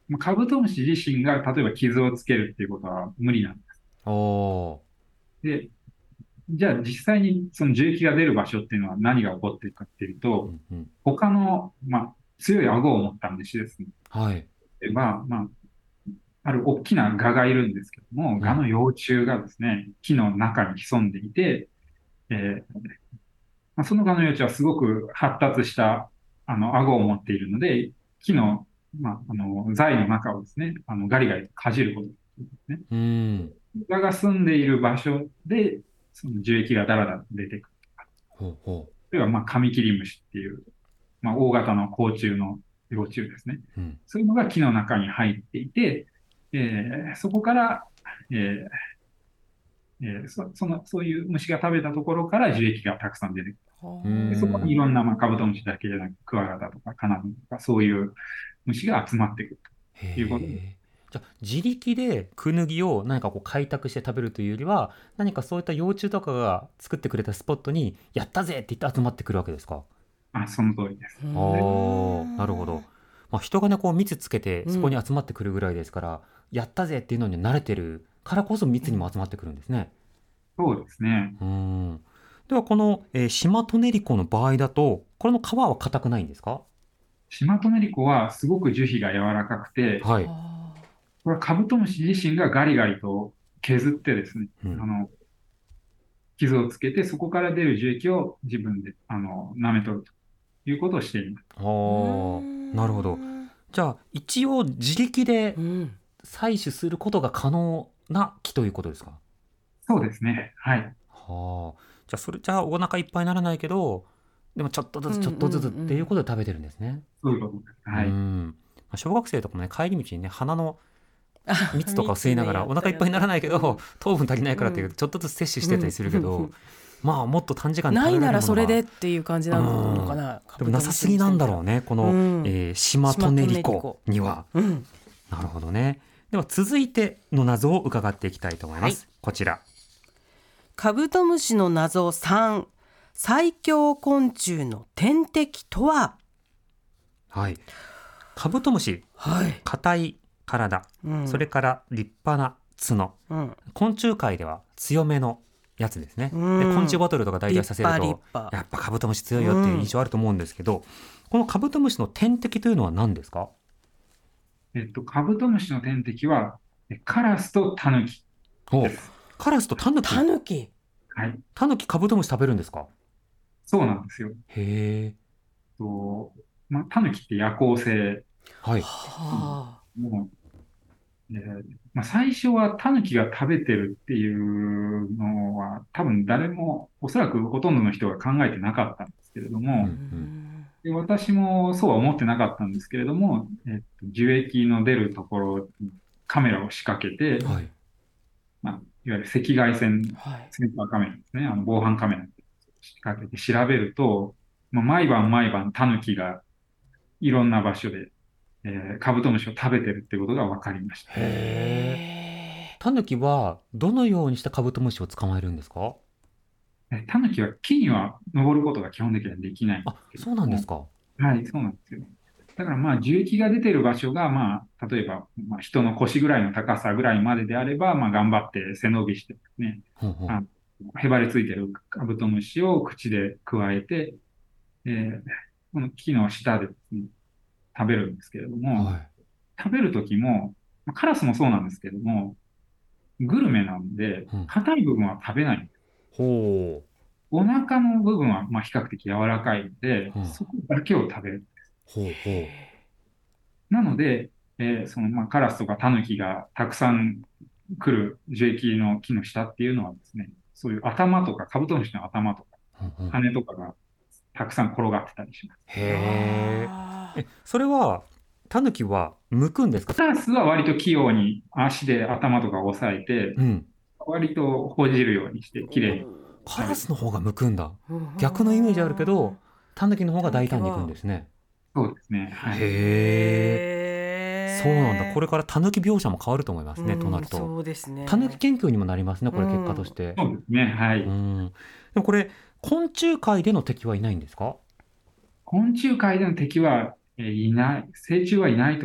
まあカブトムシ自身が例えば傷をつけるっていうことは無理なんでおー。 す。で、じゃあ実際にその樹液が出る場所っていうのは何が起こっているかっていううと、 んうん。 他の、まあ、強い顎を持った虫ですね。 はい。 は、まあ、ある大きな蛾がいるんですけども、 うん蛾の幼虫がですね、木の中に潜んでいて、えーまあ、その蛾の幼虫はすごく発達したあの顎を持っているので、木の、まあ、あの材の中をですね、あのガリガリとかじることができるんですね。 うーん。 蛾が住んでいる場所で、その樹液がだらだら出てくる。 ほうほそれはまあカミキリムシっていう、まあ、大型の甲虫の幼虫ですね。 う。うん。 そういうのが木の中に入っていて、えーそこから、えーえーそその、そういう虫が食べたところから樹液がたくさん出てくる。 うーで、そこにいん。 ろんな、まあ、カブトムシだけじゃなく、クワガタとかカナブンとか、そういう虫が集まってくるということです。 へえ。じゃあ自力でクヌギを何かこう開拓して食べるというよりは、何かそういった幼虫とかが作ってくれたスポットにやったぜって言って集まってくるわけですか？ あ、その通りです。 ああ、なるほど。まあ、人がねこう蜜つけてそこに集まってくるぐらいですから、やったぜっていうのに慣れてるからこそ蜜にも集まってくるんですね。 そうですね。 うーん。ではこの、えー、シマトネリコの場合だと、これの皮は硬くないんですか？ シマトネリコはすごく樹皮が柔らかくて、 はい。 これはカブトムシ自身がガリガリと削ってですね、 うん。 あの、傷をつけて、そこから出る樹液を自分で、あの、舐め取るということをしています。 ああ、なるほど。じゃあ一応自力でうん採取することが可能な木ということですか？ そうですね。はい。 はあ。じゃあそれじゃあお腹いっぱいにならないけど、でもちょっとずつちょっとずつっていうことで食べてるんですね。 そういうことです。 うはい。 ん。まあ小学生とかもね、帰り道にね、花のあ蜜とかを吸いながらお腹いっぱいにならないけど、糖分足りないからっていううんちょっとずつ摂取してたりするけど、 うんまあもっと短時間で食ないべられるものがならそれでっていう感じなのかな。 でもなさすぎなんだろうね、この、 うんえーシマトネリコには。 うんなるほどね。では続いての謎を伺っていきたいと思います。 はいこちら。 カブトムシの謎さん、最強昆虫の天敵とは。 はい。カブトムシ、 はい、 硬い体、 うんそれから立派な角、 うん昆虫界では強めのやつですね。 うんで昆虫バトルとか大体させる立と派立派やっぱカブトムシ強いよっていう印象あると思うんですけど、このカブトムシの天敵というのは何ですか？ えっと、カブトムシの天敵は、えカラスとタヌキおです。 カラスとタヌキ。 タヌキ。 はい。 タヌキカブトムシ食べるんですか？ そうなんですよ。 へえ。 と、まあ、タヌキって夜行性。 はい。 はあ、 もう、えーまあ、最初はタヌキが食べてるっていうのは、多分誰も、おそらくほとんどの人が考えてなかったんですけれどうんも、で私もそうは思ってなかったんですけれども、えっと、樹液の出るところにカメラを仕掛けて、 はい。 まあ、いわゆる赤外線、 はいセンサーカメラですね、あの防犯カメラに仕掛けて調べると、まあ、毎晩毎晩タヌキがいろんな場所で、えーカブトムシを食べてるってことが分かりました。 へえ。 へタヌキはどのようにしてカブトムシを捕まえるんですか？ えタヌキは木には登ることが基本的にはできないんであ、 すけれそうども、 なんですか。 はい、そうなんですよ。だからまあ樹液が出てる場所がまあ、例えば、まあ、人の腰ぐらいの高さぐらいまでであれば、まあ頑張って背伸びしてですね、 ほうほう。 あへばりついてるカブトムシを口でくわえて、えーこの木の下でですね、食べるんですけれども、 はい。 食べるときも、まあカラスもそうなんですけども、グルメなんでうん、 硬い部分は食べないんです。 ほう。 お腹の部分はまあ比較的柔らかいので、 うんそこだけを食べる。 ほうほなので、えーそのまあカラスとかタヌキがたくさん来る樹液の木の下っていうのはですね、そういう頭とかカブトムシの頭とかう。うんうん羽とかがたくさん転がってたりします。 へあえ。え、それはタヌキは剥くんですか？ カラスは割と器用に足で頭とかを押さえて、 うん。 割とほじるようにしてきれいに。 カラスの方が剥くんだ。 ー逆のイメージあるけど、タヌキの方が大胆にいくんですね。 そうですね。はい。 へえ。そうなんだ。これからタヌキ描写も変わると思いますね。となると。 そうですね。 タヌキ研究にもなりますね。これ結果として。 そうですね。はうい。 ん。でもこれ昆虫界での敵はいないんですか？ 昆虫界での敵は、えーいない、成虫はいないと思います。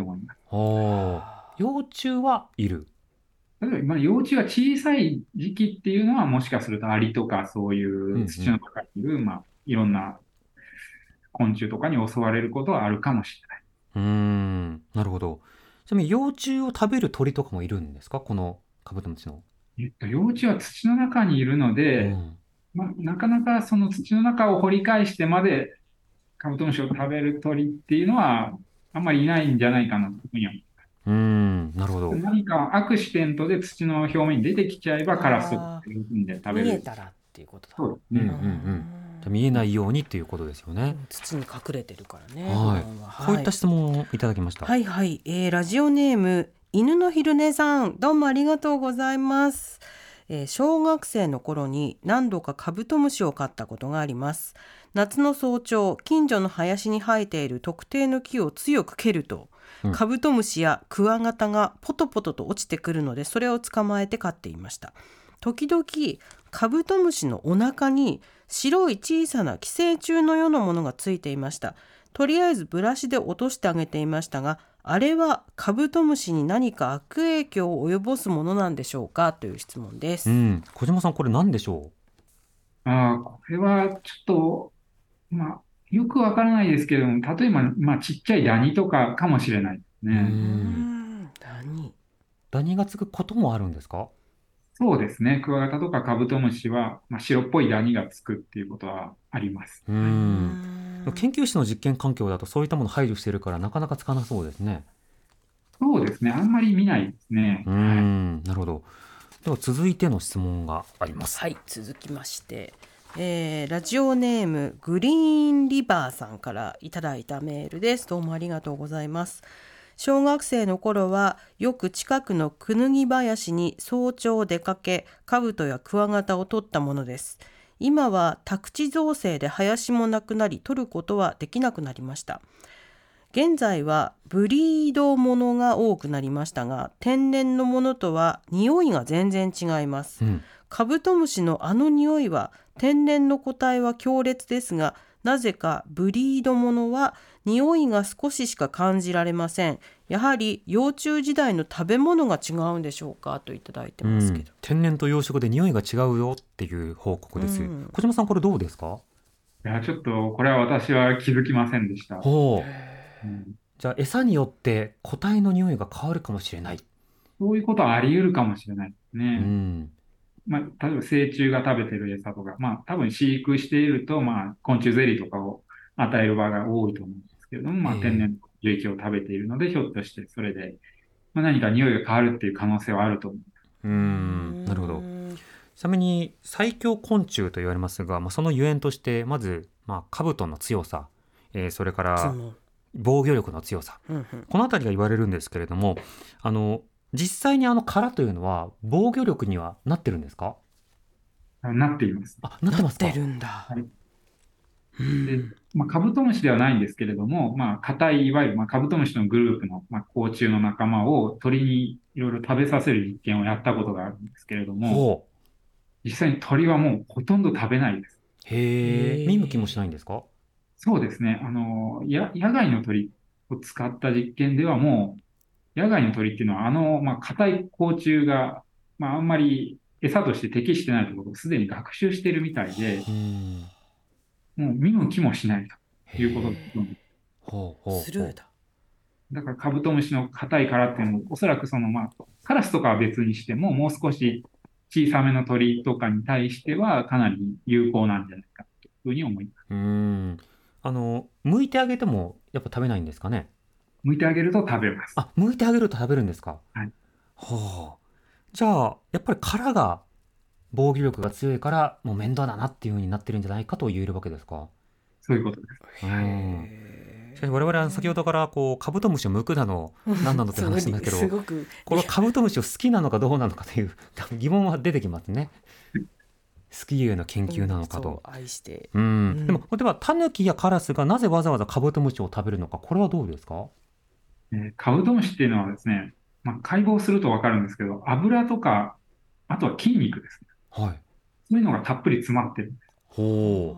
ほう。幼虫はいる。 例えば、まあ、幼虫が小さい時期っていうのは、もしかするとアリとかそういうんうう土のん。 中にいる、まあ、いろんな昆虫とかに襲われることはあるかもしれない。 うーん。なるほど。ちなみに幼虫を食べる鳥とかもいるんですか、このカブトムシの。 えっと、幼虫は土の中にいるので、 うん。 まあ、なかなかその土の中を掘り返してまでカブトムシを食べる鳥っていうのは、あんまりいないんじゃないかなというふうに思う。 うーん。なるほど。 何かアクシデントで土の表面に出てきちゃえば、カラスとかあ喜んで食ー見えべる。 たらっていうことだ。 そうですうんうんうね。 ん。じゃあ見えないようにっていうことですよね。 土に隠れてるからね。 はい普段は。 こういった質問をいただきました。 はいはい、えーラジオネーム犬の昼寝さん、どうもありがとうございます。えー小学生の頃に何度かカブトムシを飼ったことがあります。夏の早朝、近所の林に生えている特定の木を強く蹴ると、 うんカブトムシやクワガタがポトポトと落ちてくるので、それを捕まえて飼っていました。時々カブトムシのお腹に白い小さな寄生虫のようなものがついていました。とりあえずブラシで落としてあげていましたが、あれはカブトムシに何か悪影響を及ぼすものなんでしょうか、という質問です。 うん。小島さん、これ何でしょああ、これはちょっと、まあ、よくわからないですけれども、例えば、まあ、ちっちゃいダニとかかもしれないですう。うね。 うーん。 ん、何？ ダニがつくこともあるんですか？ そうですね。クワガタとかカブトムシは、まあ、白っぽいダニがつくっていうことはあります。 ううーん。 ん研究室の実験環境だとそういったもの排除してるからなかなかつかなそうですね。 そうですね。あんまり見ないですね。 うーはい。 ん。なるほど。では続いての質問があります。 はい、続きまして、えーラジオネームグリーンリバーさんからいただいたメールです。どうもありがとうございます。小学生の頃はよく近くのクヌギ林に早朝出かけ、カブトやクワガタを取ったものです。今は宅地造成で林もなくなり、取ることはできなくなりました。現在はブリードものが多くなりましたが、天然のものとは匂いが全然違います。 うん。 カブトムシのあの匂いは天然の個体は強烈ですが、なぜかブリードものは匂いが少ししか感じられません。やはり幼虫時代の食べ物が違うんでしょうか、といただいてうますけど。 ん。天然と養殖で匂いが違うよっていう報告です。 うん小島さん、これどうですか？ いや、ちょっと、これは私は気づきませんでした。 ほう。 うん、 じゃあ餌によって個体の匂いが変わるかもしれない。 そういうことはあり得るかもしれないですうね。 ん。 まあ、例えば成虫が食べてる餌とか、まあ、多分飼育していると、まあ、昆虫ゼリーとかを与える場が多いと思うんですけれども、まあ、 ええ天然の樹液を食べているので、ひょっとしてそれで、まあ、何か匂いが変わるっていう可能性はあると思う。 うーん。なるほど。ちなみに最強昆虫と言われますが、まあ、そのゆえんとしてまず、まあ、カブトの強さ、えーそれからうん防御力の強さ、 うんこのあたりが言われるんですけれども、あの実際にあの殻というのは防御力にはなってるんですか？ あなっています。 あ、なってますか？ なってるんだ。 はい。 うんで、まあ、カブトムシではないんですけれども、まあ、硬い、いわゆる、まあ、カブトムシのグループの、まあ、甲虫の仲間を鳥にいろいろ食べさせる実験をやったことがあるんですけれども、 ほう。 実際に鳥はもうほとんど食べないです。 へえ。 へー見向きもしないんですか？ そうですね。あの、や、野外の鳥を使った実験ではもう、野外の鳥っていうのは、あの、まあ、硬い甲虫が、まあ、あんまり餌として適してないということをすでに学習しているみたいで、 うーん。 もう見向きもしないということへです。 ほうほうほう。 スルーだ。 だからカブトムシの硬い殻っていうのも、おそらくその、まあ、カラスとかは別にしても、もう少し小さめの鳥とかに対しては、かなり有効なんじゃないかというふうに思います。 うーん。あの剥いてあげてもやっぱ食べないんですかね？ 剥いてあげると食べます。 あ、剥いてあげると食べるんですか？ はい。 ほう。じゃあやっぱり殻が防御力が強いからもう面倒だなっていう風になってるんじゃないかと言えるわけですか？ そういうことです。 うんしかし我々は先ほどからこうカブトムシを剥くだの何なのって話なんだけど、 すごくこのカブトムシを好きなのかどうなのかという疑問は出てきますね。好きゆえの研究なのかそうと。 愛してうんうんでも例えばタヌキやカラスがなぜわざわざカブトムシを食べるのか、これはどうですか？ えーカブトムシっていうのはですね、まあ、解剖するとわかるんですけど、油とか、あとは筋肉ですね。 はい。 そういうのがたっぷり詰まってる。 ほ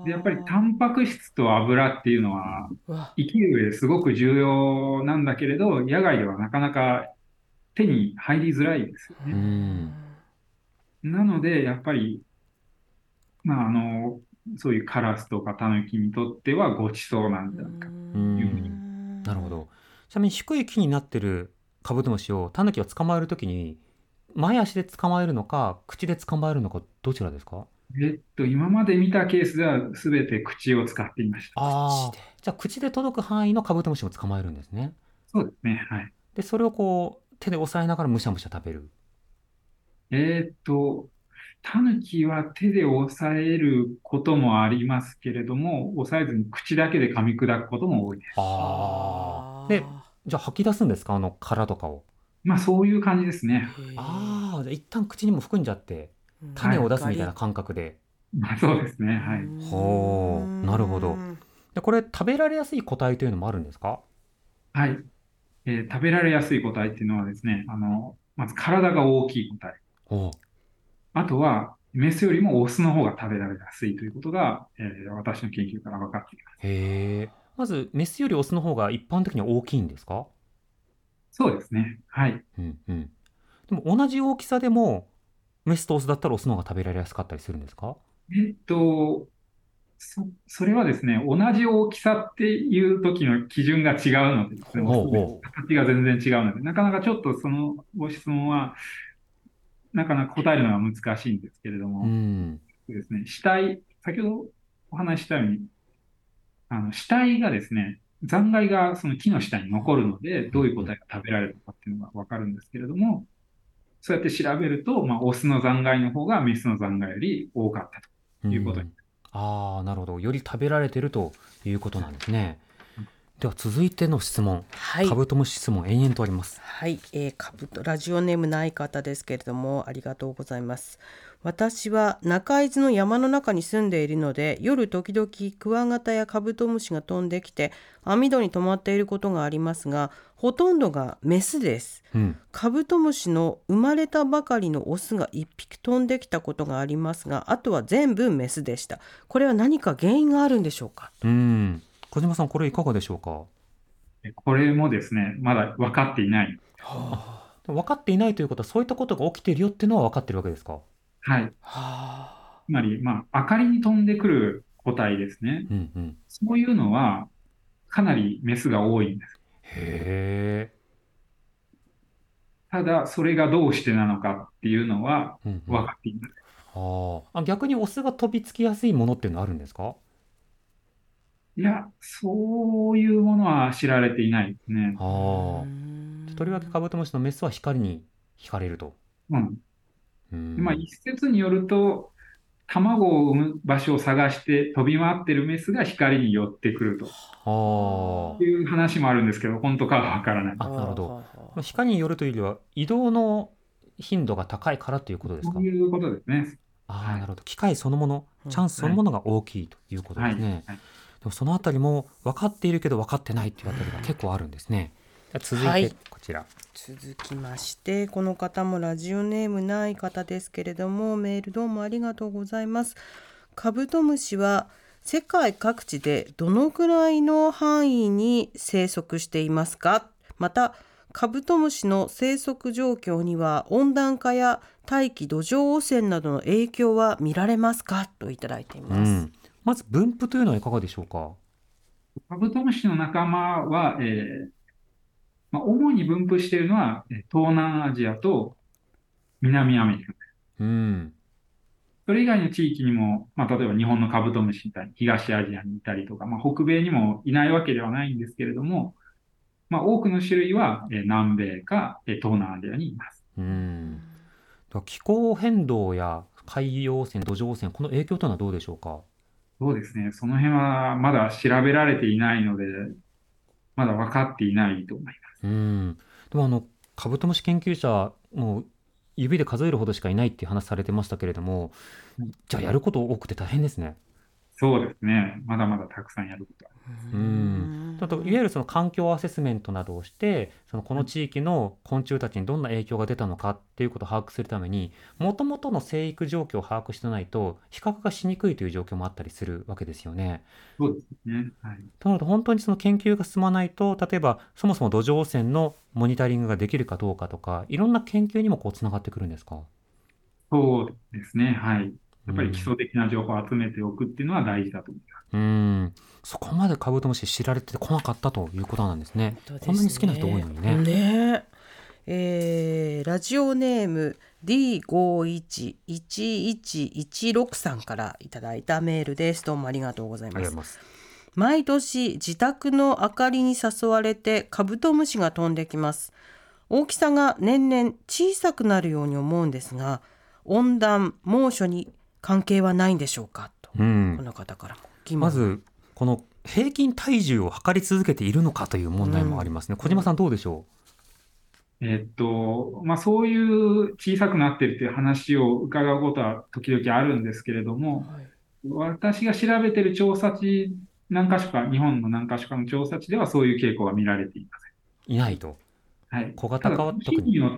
で、やっぱりタンパク質と油っていうのはわ生きる上ですごく重要なんだけれど、野外ではなかなか手に入りづらいですようね。 ん。 なので、やっぱり、まあ、あの、そういうカラスとかタヌキにとってはご馳走なんじゃないかうというふうに。 ん。なるほど。ちなみに低い木になってるカブトムシをタヌキは捕まえるときに前足で捕まえるのか口で捕まえるのかどちらですか？ えっと、今まで見たケースでは全て口を使っていました。 ああ、 口で。 じゃあ口で届く範囲のカブトムシを捕まえるんですね。 そうですね。はい。 で、それをこう手で押さえながらむしゃむしゃ食べる。 えっと、タヌキは手で押さえることもありますけれども、押さえずに口だけで噛み砕くことも多いです。 ああ。で、 あじゃあ吐き出すんですかあの殻とかを。 まあ、そういう感じですね。 ーへーああ、じゃあ一旦口にも含んじゃってうん種を出すみたいなガリッ感覚で。 まあ、そうですね。はい。 ほう、なるほど。で、これ食べられやすい個体というのもあるんですか？ はい。えー食べられやすい個体っていうのはですね、あの、まず体が大きい個体。 おう。 あとは、メスよりもオスの方が食べられやすいということが、えー私の研究から分かっています。 へえ。まずメスよりオスの方が一般的には大きいんですか？ そうですね。はい。 うんうん。でも同じ大きさでもメスとオスだったらオスの方が食べられやすかったりするんですか？ えっと、そ、それはですね、同じ大きさっていう時の基準が違うのでですね、 ほうオスとメスほうほ形が全然違うので、なかなかちょっとそのご質問は、なかなか答えるのは難しいんですけれどう。うも、 ん。 ですね、死体、先ほどお話ししたように、あの、死体がですね、残骸がその木の下に残るので、どういう個体が食べられるのかっていうのがわかるんですけれども、そうやって調べると、まあ、オスの残骸の方がメスの残骸より多かったうということに。 ん。ああ、なるほど。より食べられてるということなんですね。では続いての質問。 はいカブトムシ質問延々とあります。 はい、えー、かぶとラジオネームない方ですけれどもありがとうございます。私は中伊豆の山の中に住んでいるので、夜時々クワガタやカブトムシが飛んできて網戸に止まっていることがありますが、ほとんどがメスです。 うん。 カブトムシの生まれたばかりのオスがいっぴき飛んできたことがありますが、あとは全部メスでした。これは何か原因があるんでしょうか？ うん。小島さん、これいかがでしょうか？ これもですね、まだ分かっていない。 あ、分かっていないということはそういったことが起きているよっていうのは分かってるわけですか？ はい。 はあ、 つまり、まあ、明かりに飛んでくる個体ですね。 うんうん。 そういうのは、かなりメスが多いんです。 へえ。 ただ、それがどうしてなのかっていうのはうんうん。 分かっていない。 はあ。あ、逆にオスが飛びつきやすいものっていうのはあるんですか？ いや、そういうものは知られていないですね。 うーはあ。とりわけんカブトムシのメスは光に惹かれると。 うん。 うでまあ、 ん。 一説によると、卵を産む場所を探して飛び回ってるメスが光に寄ってくるとはいう話もあるんですけど、本当かはわからない。 あ。あ、なるほど。 はあはまあ光によるというよりは移動の頻度が高いからということですか？ そういうことですね。 ああ、 はいなるほど。機会そのもの、 うんチャンスそのものが大きいということはい。 ですね。 はい。 でもそのあたりも分かっているけど分かってないっていうあたりが結構あるんですね。じゃあ続はいいてこちら。 続きまして、この方もラジオネームない方ですけれども、メールどうもありがとうございます。カブトムシは世界各地でどのくらいの範囲に生息していますか？またカブトムシの生息状況には温暖化や大気土壌汚染などの影響は見られますか？といただいています。 うん。まず分布というのはいかがでしょうか？ カブトムシの仲間は、えーまあ、主に分布しているのは、えー東南アジアと南アメリカ。 うん。 それ以外の地域にも、まあ、例えば日本のカブトムシみたいに東アジアにいたりとか、まあ、北米にもいないわけではないんですけれども、まあ、多くの種類は、えー南米か、えー東南アジアにいます。 うん。では気候変動や海洋汚染、土壌汚染、この影響というのはどうでしょうか？ そうですね。その辺はまだ調べられていないので、まだ分かっていないと思います。 うん。でもあのカブトムシ研究者もう指で数えるほどしかいないっていう話されてましたけれども、じゃあやること多くて大変ですね。 そうですね。まだまだたくさんやることあうん、あといわゆるその環境アセスメントなどをして、そのこの地域の昆虫たちにどんな影響が出たのかっていうことを把握するために、もともとの生育状況を把握してないと比較がしにくいという状況もあったりするわけですよね。 る。そうですね。はい。 となると本当にその研究が進まないと、例えばそもそも土壌汚染のモニタリングができるかどうかとか、いろんな研究にもこうつながってくるんですか？ そうですね。はい。やっぱり基うん、 礎的な情報を集めておくっていうのは大事だと思います。 うん、そこまでカブトムシ知られてこなかったということなんですね。 本当ですね。 こんなに好きな人多いのにね。 ねえーラジオネーム ディーごいちいちいちいちろく さんからいただいたメールです。どうもありがとうございます。 ありがとうございます。 毎年自宅の明かりに誘われてカブトムシが飛んできます。大きさが年々小さくなるように思うんですが、温暖猛暑に関係はないんでしょうかと、 うん、 この方からも疑問。 まずこの平均体重を測り続けているのかという問題もありますね。小島さんどうでしょえっと、まあ、そういう小さくなってるっていう話を伺うことは時々あるんですけれども、 はい、 私が調べてる調査地、何か所か、日本の何か所かの調査地ではそういう傾向が見られていまう？いないと。 せん。はい。 小型ただ、 化は特に。 地によって、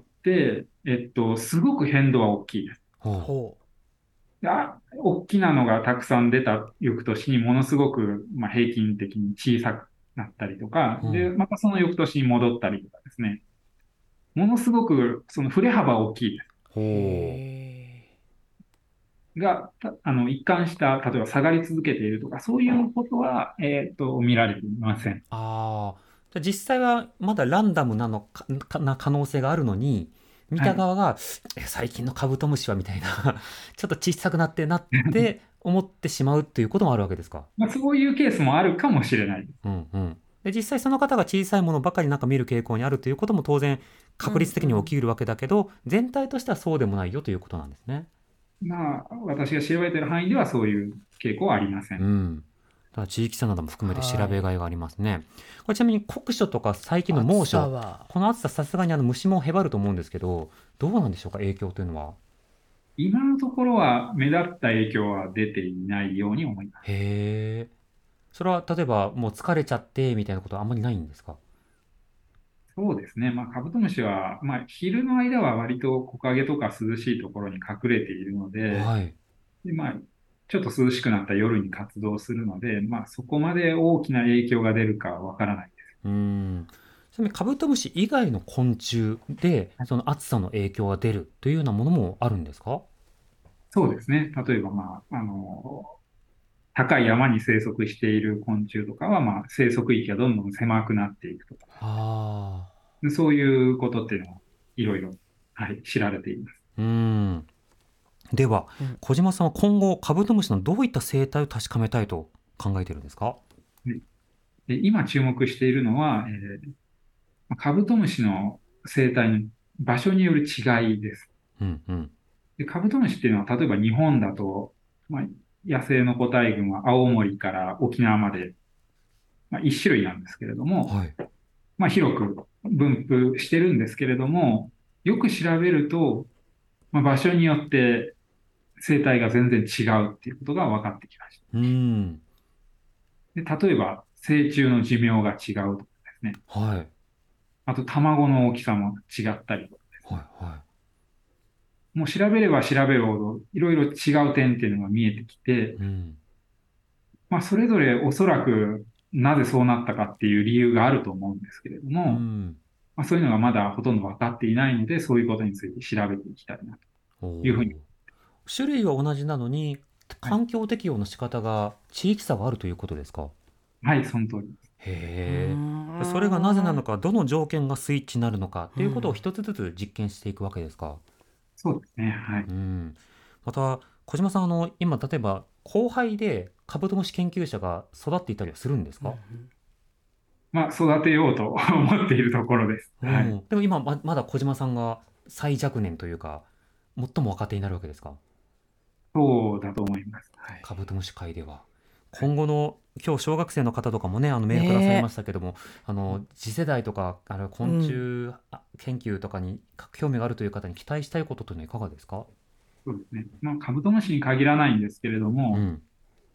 えっと、すごく変動は大きいです。 ほほであ、大きなのがたくさん出た翌年にものすごく、まあ、平均的に小さくなったりとか、 う、うで、 ん、 またその翌年に戻ったりとかですね。ものすごくその振れ幅大きいです。 う。 ほへが、たあの、一貫した、例えば下がり続けているとか、そういうことは、えっと、見られていません。 ああ、じゃあ実際はまだランダムなのか、かな可能性があるのに、見はい。 た側が、え最近のカブトムシはみたいな、ちょっと小さくなってなって思ってしまうっていうこともあるわけですか？ まあ、そういうケースもあるかもしれない。 うんうん。で、実際その方が小さいものばかりなんか見る傾向にあるということも当然ー確率的にうんうん起きるわけだけど、全体としてはそうでもないよということなんですね。 まあ、私が調べている範囲ではそういう傾向はありません。 うん。だから地域差なども含めて調べはい。 がいがありますね。これちなみに酷暑とか最近の暑猛暑、 さはこの暑ささすがにあの虫もへばると思うんですけど、どうなんでしょうか、影響というのは。 今のところは目立った影響は出ていないように思います。 へえ。それは例えばもう疲れちゃってみたいなことはあんまりないんですか？ そうですね。まあ、カブトムシは、まあ、昼の間は割と木陰とか涼しいところに隠れているので、 はい。 で、まあ、ちょっと涼しくなった夜に活動するので、まあ、そこまで大きな影響が出るかはわからないです。 うーん。ちなみにカブトムシ以外の昆虫でその暑さの影響が出るというようなものもあるんですか？ そうですね。例えば、まあ、あの、高い山に生息している昆虫とかは、まあ、生息域がどんどん狭くなっていくとか、 ああそういうことっていうのは、いろいろ、はい、知られています。 ー。うーん。では、 うん、 小島さんは今後カブトムシのどういった生態を確かめたいと考えているんですか？ でで今注目しているのは、えーカブトムシの生態の場所による違いです。 うんうん。 で、カブトムシっていうのは、例えば日本だと、まあ、野生の個体群は青森から沖縄まで、まあ、一種類なんですけれども、 はい。 まあ、広く分布してるんですけれども、よく調べると、まあ、場所によって生態が全然違うっていうことが分かってきましうーん。 た。で、例えば、成虫の寿命が違うとかですね。 はい。 あと、卵の大きさも違ったりとかですね。 はいはもう調べれば調べるほど、いろいろ違う点っていうのが見えてきて、 い。うん。 まあ、それぞれおそらくなぜそうなったかっていう理由があると思うんですけれどうも、 ん。 まあ、そういうのがまだほとんど分かっていないので、そういうことについて調べていきたいなとおいうふうに。 お。種類は同じなのに、 はい。 環境適応の仕方が地域差があるということですか？ はい、その通りです。 うーへえ。それがなぜなのんか、どの条件がスイッチになるのかっていうことをうん一つずつ実験していくわけですか？ そうですね。はい。 うん。また、小島さん、あの、今、例えば、後輩でカブトムシ研究者が育っていたりはするんですか？ まあ、育てようと思っているところです。はい。 うん。でも今、ま、まだ小島さんが最若年というか、最も若手になるわけですか？ そうだと思います。はい。 カブトムシ界では。今後の、今日小学生の方とかもね、あのメールくださいまねしたけども、あの、次世代とか、あの昆うん、 虫あ研究とかに興味があるという方に期待したいことというのはいかがですか？ そうですね。まあ、カブトムシに限らないんですけれども、 うん。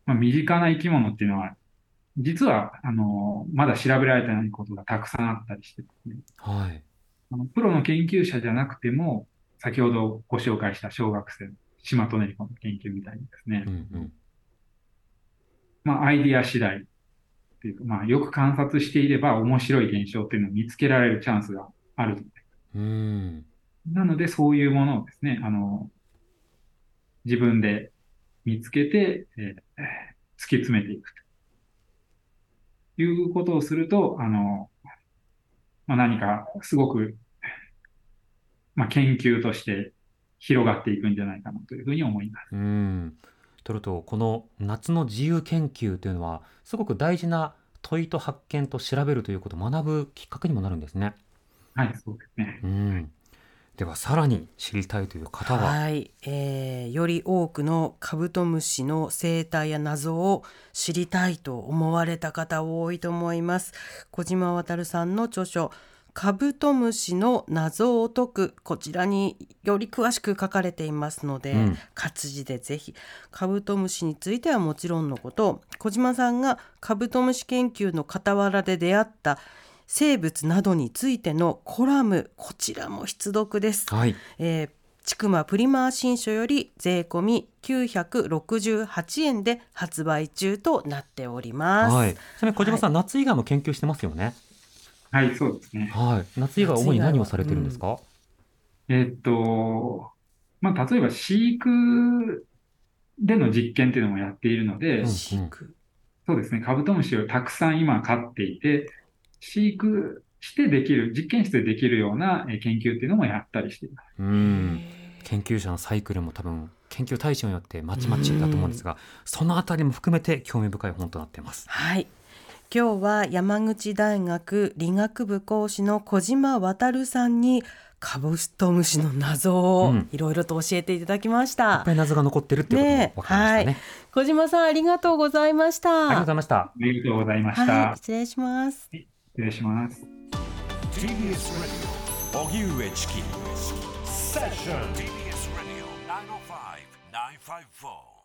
まあ、身近な生き物っていうのは、実は、あの、まだ調べられてないことがたくさんあったりしてですね。 はい。 あのプロの研究者じゃなくても、先ほどご紹介した小学生のシマトネリコの研究みたいにですね、 うんうん。 まあ、アイディア次第っていうか、まあ、よく観察していれば面白い現象っていうのを見つけられるチャンスがある。 うん。 なので、そういうものをですね、あの、自分で見つけて、えー突き詰めていくということをすると、あの、まあ、何かすごく、まあ、研究として広がっていくんじゃないかなというふうに思います。 うん。とると、この夏の自由研究というのは、すごく大事な問いと発見と調べるということを学ぶきっかけにもなるんですね。 はい、そうですね。 うん。では、さらに知りたいという方は、 はい、えーより多くのカブトムシの生態や謎を知りたいと思われた方多いと思います。小島渉さんの著書カブトムシの謎を解く、こちらにより詳しく書かれていますので、 うん、 活字でぜひ。カブトムシについてはもちろんのこと、小島さんがカブトムシ研究の傍らで出会った生物などについてのコラム、こちらも必読です。 はい。 えーちくまプリマー新書より税込みきゅうひゃくろくじゅうはちえんで発売中となっております。 はい。ちなみに小島さん、夏以外も研究してますよね。 はい、そうですね。 はい。夏以外は主に何をされてるんですか？ えーっと、まあ、例えば飼育での実験っていうのもやっているので、 うん飼育、 そうですね、カブトムシをたくさん今飼っていて、飼育してできる、実験室でできるようなえー研究っていうのもやったりしています。 うん。研究者のサイクルも多分、研究対象によってまちまちだと思うんですが、そのあたりも含めて興味深い本となっています。 はい、今日は山口大学理学部講師の小島渉さんにカブトムシの謎をうんいろいろと教えていただきましいったぱい謎が残ってるっていうことも分かりましたね。 はい、小島さんありがとうございました。 ありがとうございました。 ありがとうございましはい、 た。 失礼します。 失礼します。 ティービーエス Radio 荻上チキセッション ティービーエス Radio ナインオーファイブ ナインファイブフォー